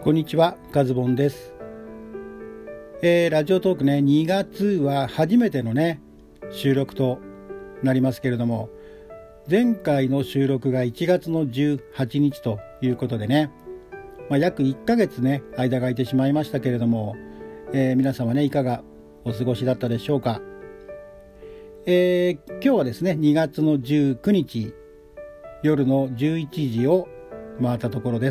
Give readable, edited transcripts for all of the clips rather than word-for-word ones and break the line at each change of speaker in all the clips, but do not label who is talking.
こんにちは、カズボンです。ラジオトークね、2月は初めてのね収録となりますけれども、前回の収録が1月の18日ということでね、約1ヶ月ね間が空いてしまいましたけれども、皆様ねいかがお過ごしだったでしょうか。今日はですね2月の19日夜の11時を回ったところです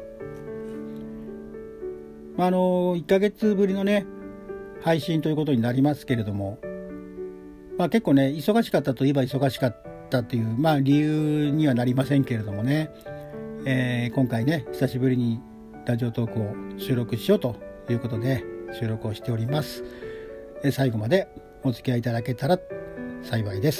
。1ヶ月ぶりのね配信ということになりますけれども、結構ね忙しかったといえば忙しかったという理由にはなりませんけれどもね、今回ね久しぶりにラジオトークを収録しようということで収録をしております。最後までお付き合いいただけたら幸いです。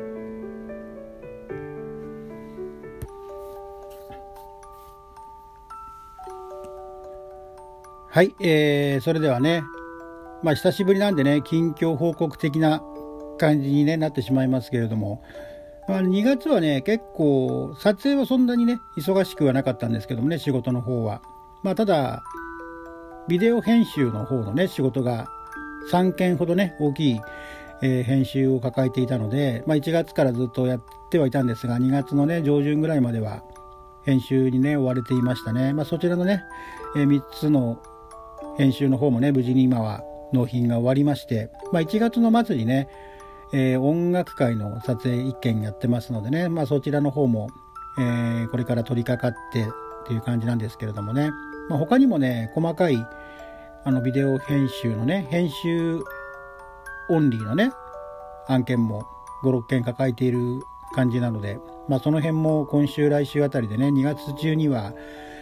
はい、それではね、久しぶりなんでね近況報告的な感じに、なってしまいますけれども、2月はね結構撮影はそんなにね忙しくはなかったんですけどもね、仕事の方はただビデオ編集の方のね仕事が3件ほどね大きい、編集を抱えていたので、1月からずっとやってはいたんですが、2月のね上旬ぐらいまでは編集にね追われていましたね。そちらのね、3つの編集の方もね無事に今は納品が終わりまして、1月の末にね、音楽会の撮影1件やってますのでね、そちらの方も、これから取り掛かってっていう感じなんですけれどもね、他にもね細かいビデオ編集のね編集オンリーのね案件も 5,6 件抱えている感じなので、その辺も今週来週あたりでね2月中には、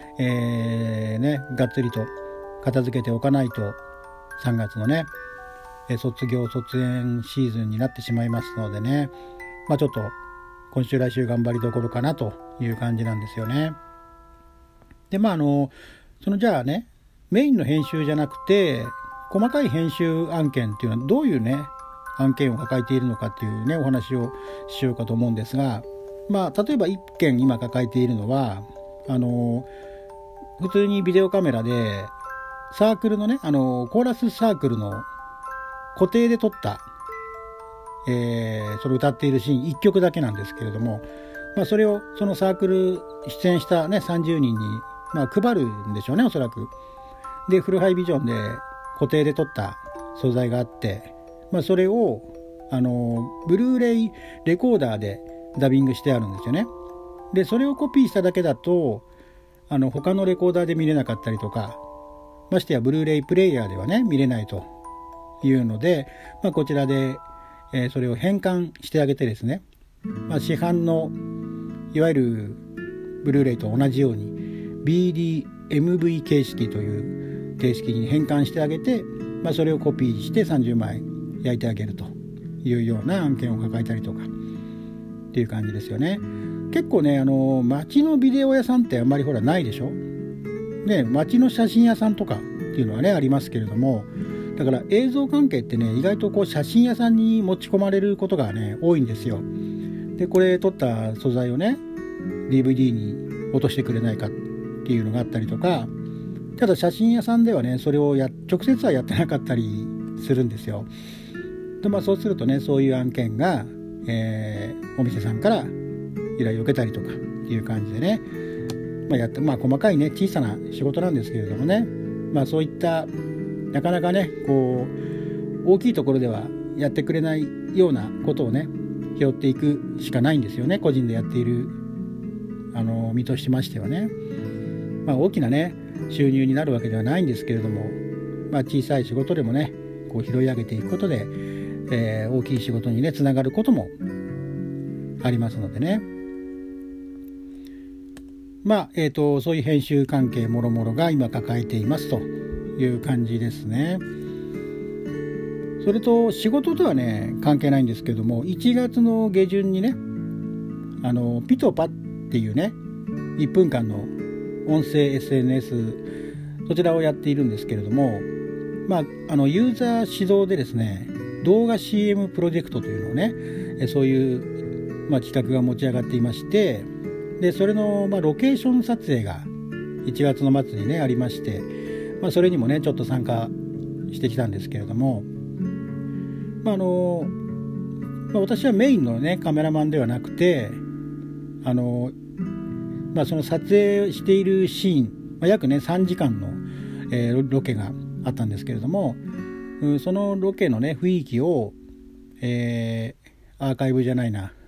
がっつりと片付けておかないと3月のね卒園シーズンになってしまいますのでね、ちょっと今週来週頑張りどころかなという感じなんですよね。でじゃあねメインの編集じゃなくて細かい編集案件っていうのはどういうね案件を抱えているのかっていうねお話をしようかと思うんですが、例えば1件今抱えているのは普通にビデオカメラでサークルのねコーラスサークルの固定で撮った、それを歌っているシーン1曲だけなんですけれども、それをそのサークル出演したね30人に配るんでしょうね、おそらく。でフルハイビジョンで固定で撮った素材があって、それをブルーレイレコーダーでダビングしてあるんですよね。でそれをコピーしただけだと他のレコーダーで見れなかったりとか、ましてやブルーレイプレイヤーではね見れないというので、こちらで、それを変換してあげてですね、市販のいわゆるブルーレイと同じように BD-MV 形式という形式に変換してあげて、それをコピーして30枚焼いてあげるというような案件を抱えたりとかっていう感じですよね。結構ね街のビデオ屋さんってあんまりないでしょ。ね、街の写真屋さんとかっていうのはねありますけれども、だから映像関係ってね意外と写真屋さんに持ち込まれることがね多いんですよ。でこれ撮った素材をね DVD に落としてくれないかっていうのがあったりとか、ただ写真屋さんではねそれを直接はやってなかったりするんですよ。でそうするとねそういう案件が、お店さんから依頼を受けたりとかっていう感じでね細かいね小さな仕事なんですけれどもね、そういったなかなかね大きいところではやってくれないようなことをね拾っていくしかないんですよね、個人でやっている身としましてはね。大きなね収入になるわけではないんですけれども、小さい仕事でもね拾い上げていくことで、大きい仕事にねつながることもありますのでね、そういう編集関係もろもろが今抱えていますという感じですね。それと仕事とはね関係ないんですけども、1月の下旬にねピトパっていうね1分間の音声 SNS そちらをやっているんですけれども、ユーザー主導でですね動画 CM プロジェクトというのをねそういう、企画が持ち上がっていまして、でそれの、ロケーション撮影が 1月の末にねありまして、それにもねちょっと参加してきたんですけれども、私はメインのねカメラマンではなくて、その撮影しているシーン、約ね3時間の、ロケがあったんですけれども、そのロケのね雰囲気を、アーカイブじゃないな、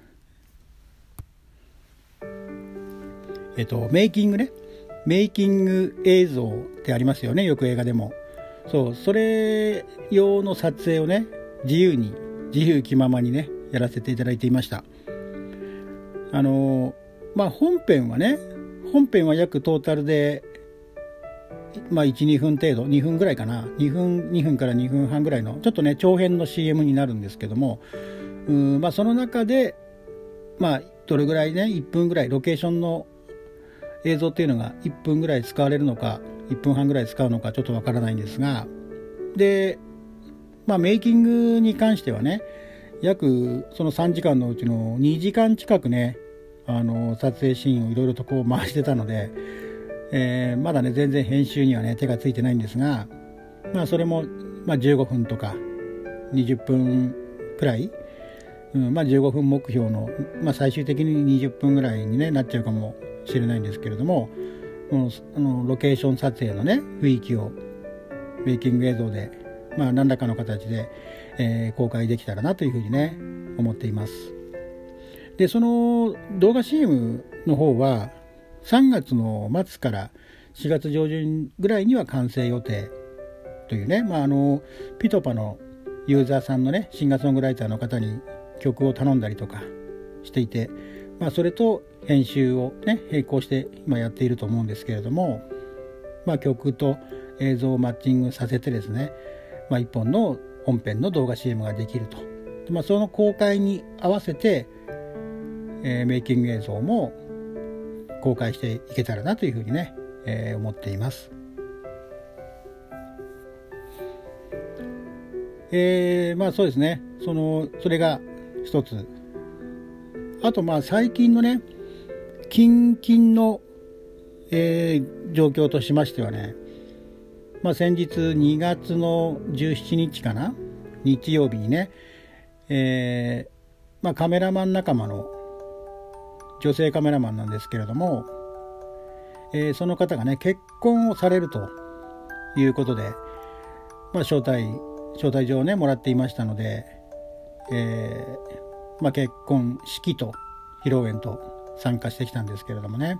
メイキング映像ってありますよね、よく映画でも。それ用の撮影をね自由気ままにねやらせていただいていました。本編は約トータルで1、2分程度、2分ぐらいかな、2分から2分半ぐらいのちょっとね長編の CM になるんですけども、その中でどれぐらいね、1分ぐらいロケーションの映像っていうのが1分ぐらい使われるのか1分半ぐらい使うのかちょっとわからないんですが、でメイキングに関してはね約その3時間のうちの2時間近くね撮影シーンをいろいろと回してたので、まだね全然編集にはね手がついてないんですが、それも15分とか20分くらい、15分目標の、最終的に20分ぐらいに、ね、なっちゃうかもしれないんですけれども、ロケーション撮影のね雰囲気をメイキング映像で、何らかの形で、公開できたらなというふうにね思っています。でその動画 CM の方は3月の末から4月上旬ぐらいには完成予定というね、ピトパのユーザーさんのねシンガーソングライターの方に曲を頼んだりとかしていて、それと編集をね並行して今やっていると思うんですけれども、曲と映像をマッチングさせてですね、一本の本編の動画 CM ができると。でその公開に合わせて、メイキング映像も公開していけたらなというふうにね、思っています。そうですね、それが一つ。あと最近のね近々の、状況としましてはね、先日2月の17日かな、日曜日にね、カメラマン仲間の女性カメラマンなんですけれども、その方がね結婚をされるということで、招待状をねもらっていましたので、結婚式と披露宴と参加してきたんですけれどもね、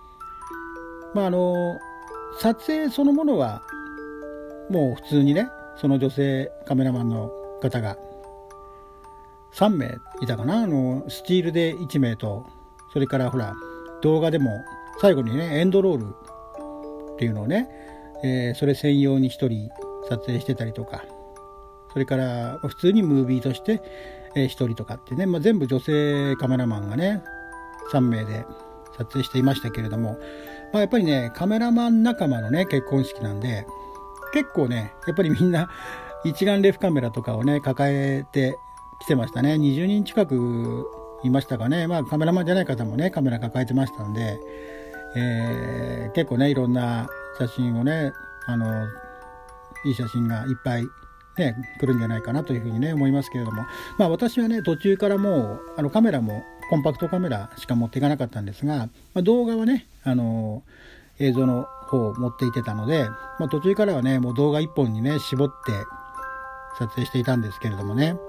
撮影そのものはもう普通にねその女性カメラマンの方が3名いたかな、スチールで1名と、それから動画でも最後にねエンドロールっていうのをね、それ専用に1人撮影してたりとか、それから普通にムービーとして1人とかってね、全部女性カメラマンがね3名で撮影していましたけれども、やっぱりねカメラマン仲間のね結婚式なんで、結構ねやっぱりみんな一眼レフカメラとかをね抱えてきてましたね。20人近くいましたかね。カメラマンじゃない方もねカメラ抱えてましたんで、結構ねいろんな写真をねいい写真がいっぱいね来るんじゃないかなというふうにね思いますけれども、私はね途中からもうカメラもコンパクトカメラしか持っていかなかったんですが、動画はね映像の方を持っていってたので、途中からはねもう動画1本にね絞って撮影していたんですけれどもね。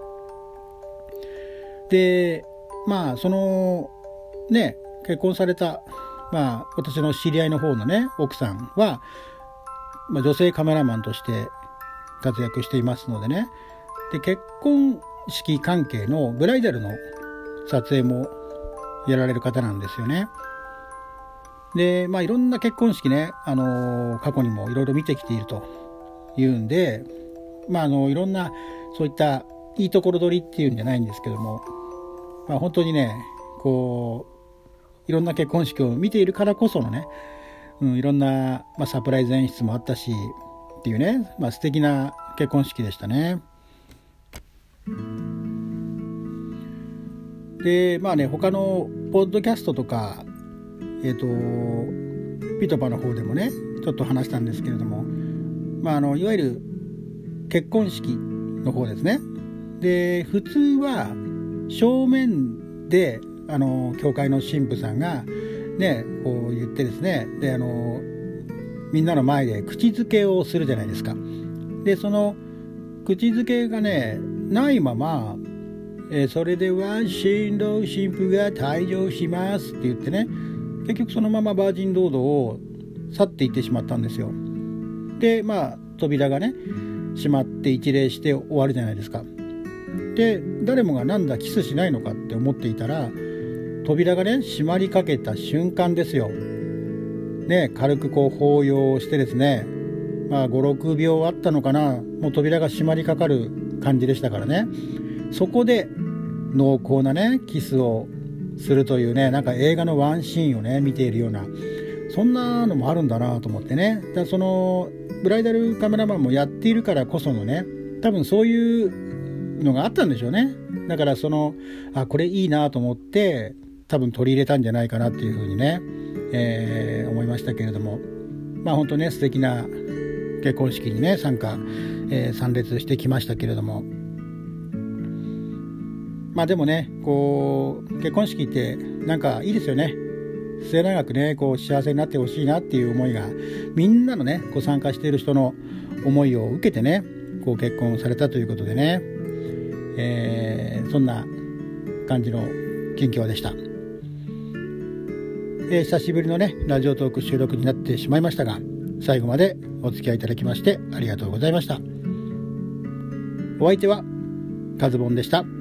でそのね結婚された私の知り合いの方のね奥さんは、女性カメラマンとして活躍していますのでね、で結婚式関係のブライダルの撮影もやられる方なんですよね。でいろんな結婚式ね、過去にもいろいろ見てきているというんで、いろんなそういったいいところ取りっていうんじゃないんですけども、本当にねいろんな結婚式を見ているからこそのね、いろんな、サプライズ演出もあったしっていうね、素敵な結婚式でしたね。で他のポッドキャストとかピピトパの方でもねちょっと話したんですけれども、いわゆる結婚式の方ですね。で普通は正面で教会の神父さんがねこう言ってですね、でみんなの前で口づけをするじゃないですか。でその口づけがねないまま、それでは新郎新婦が退場しますって言ってね、結局そのままバージンロードを去っていってしまったんですよ。で扉がね閉まって一礼して終わるじゃないですか。で誰もがなんだキスしないのかって思っていたら、扉がね閉まりかけた瞬間ですよね、軽くこう抱擁してですね、5、6秒あったのかな、もう扉が閉まりかかる感じでしたからね、そこで濃厚なねキスをするというね、なんか映画のワンシーンをね見ているような、そんなのもあるんだなと思ってね。だそのブライダルカメラマンもやっているからこそのね、多分そういうのがあったんでしょうね。だからこれいいなと思って多分取り入れたんじゃないかなっていうふうにね、思いましたけれども、本当ね素敵な結婚式にね参列してきましたけれども、でもねこう結婚式ってなんかいいですよね。末永くねこう幸せになってほしいなっていう思いが、みんなのねこう参加している人の思いを受けてねこう結婚されたということでね、そんな感じの近況でした。久しぶりのねラジオトーク収録になってしまいましたが、最後までお付き合いいただきましてありがとうございました。お相手はカズボンでした。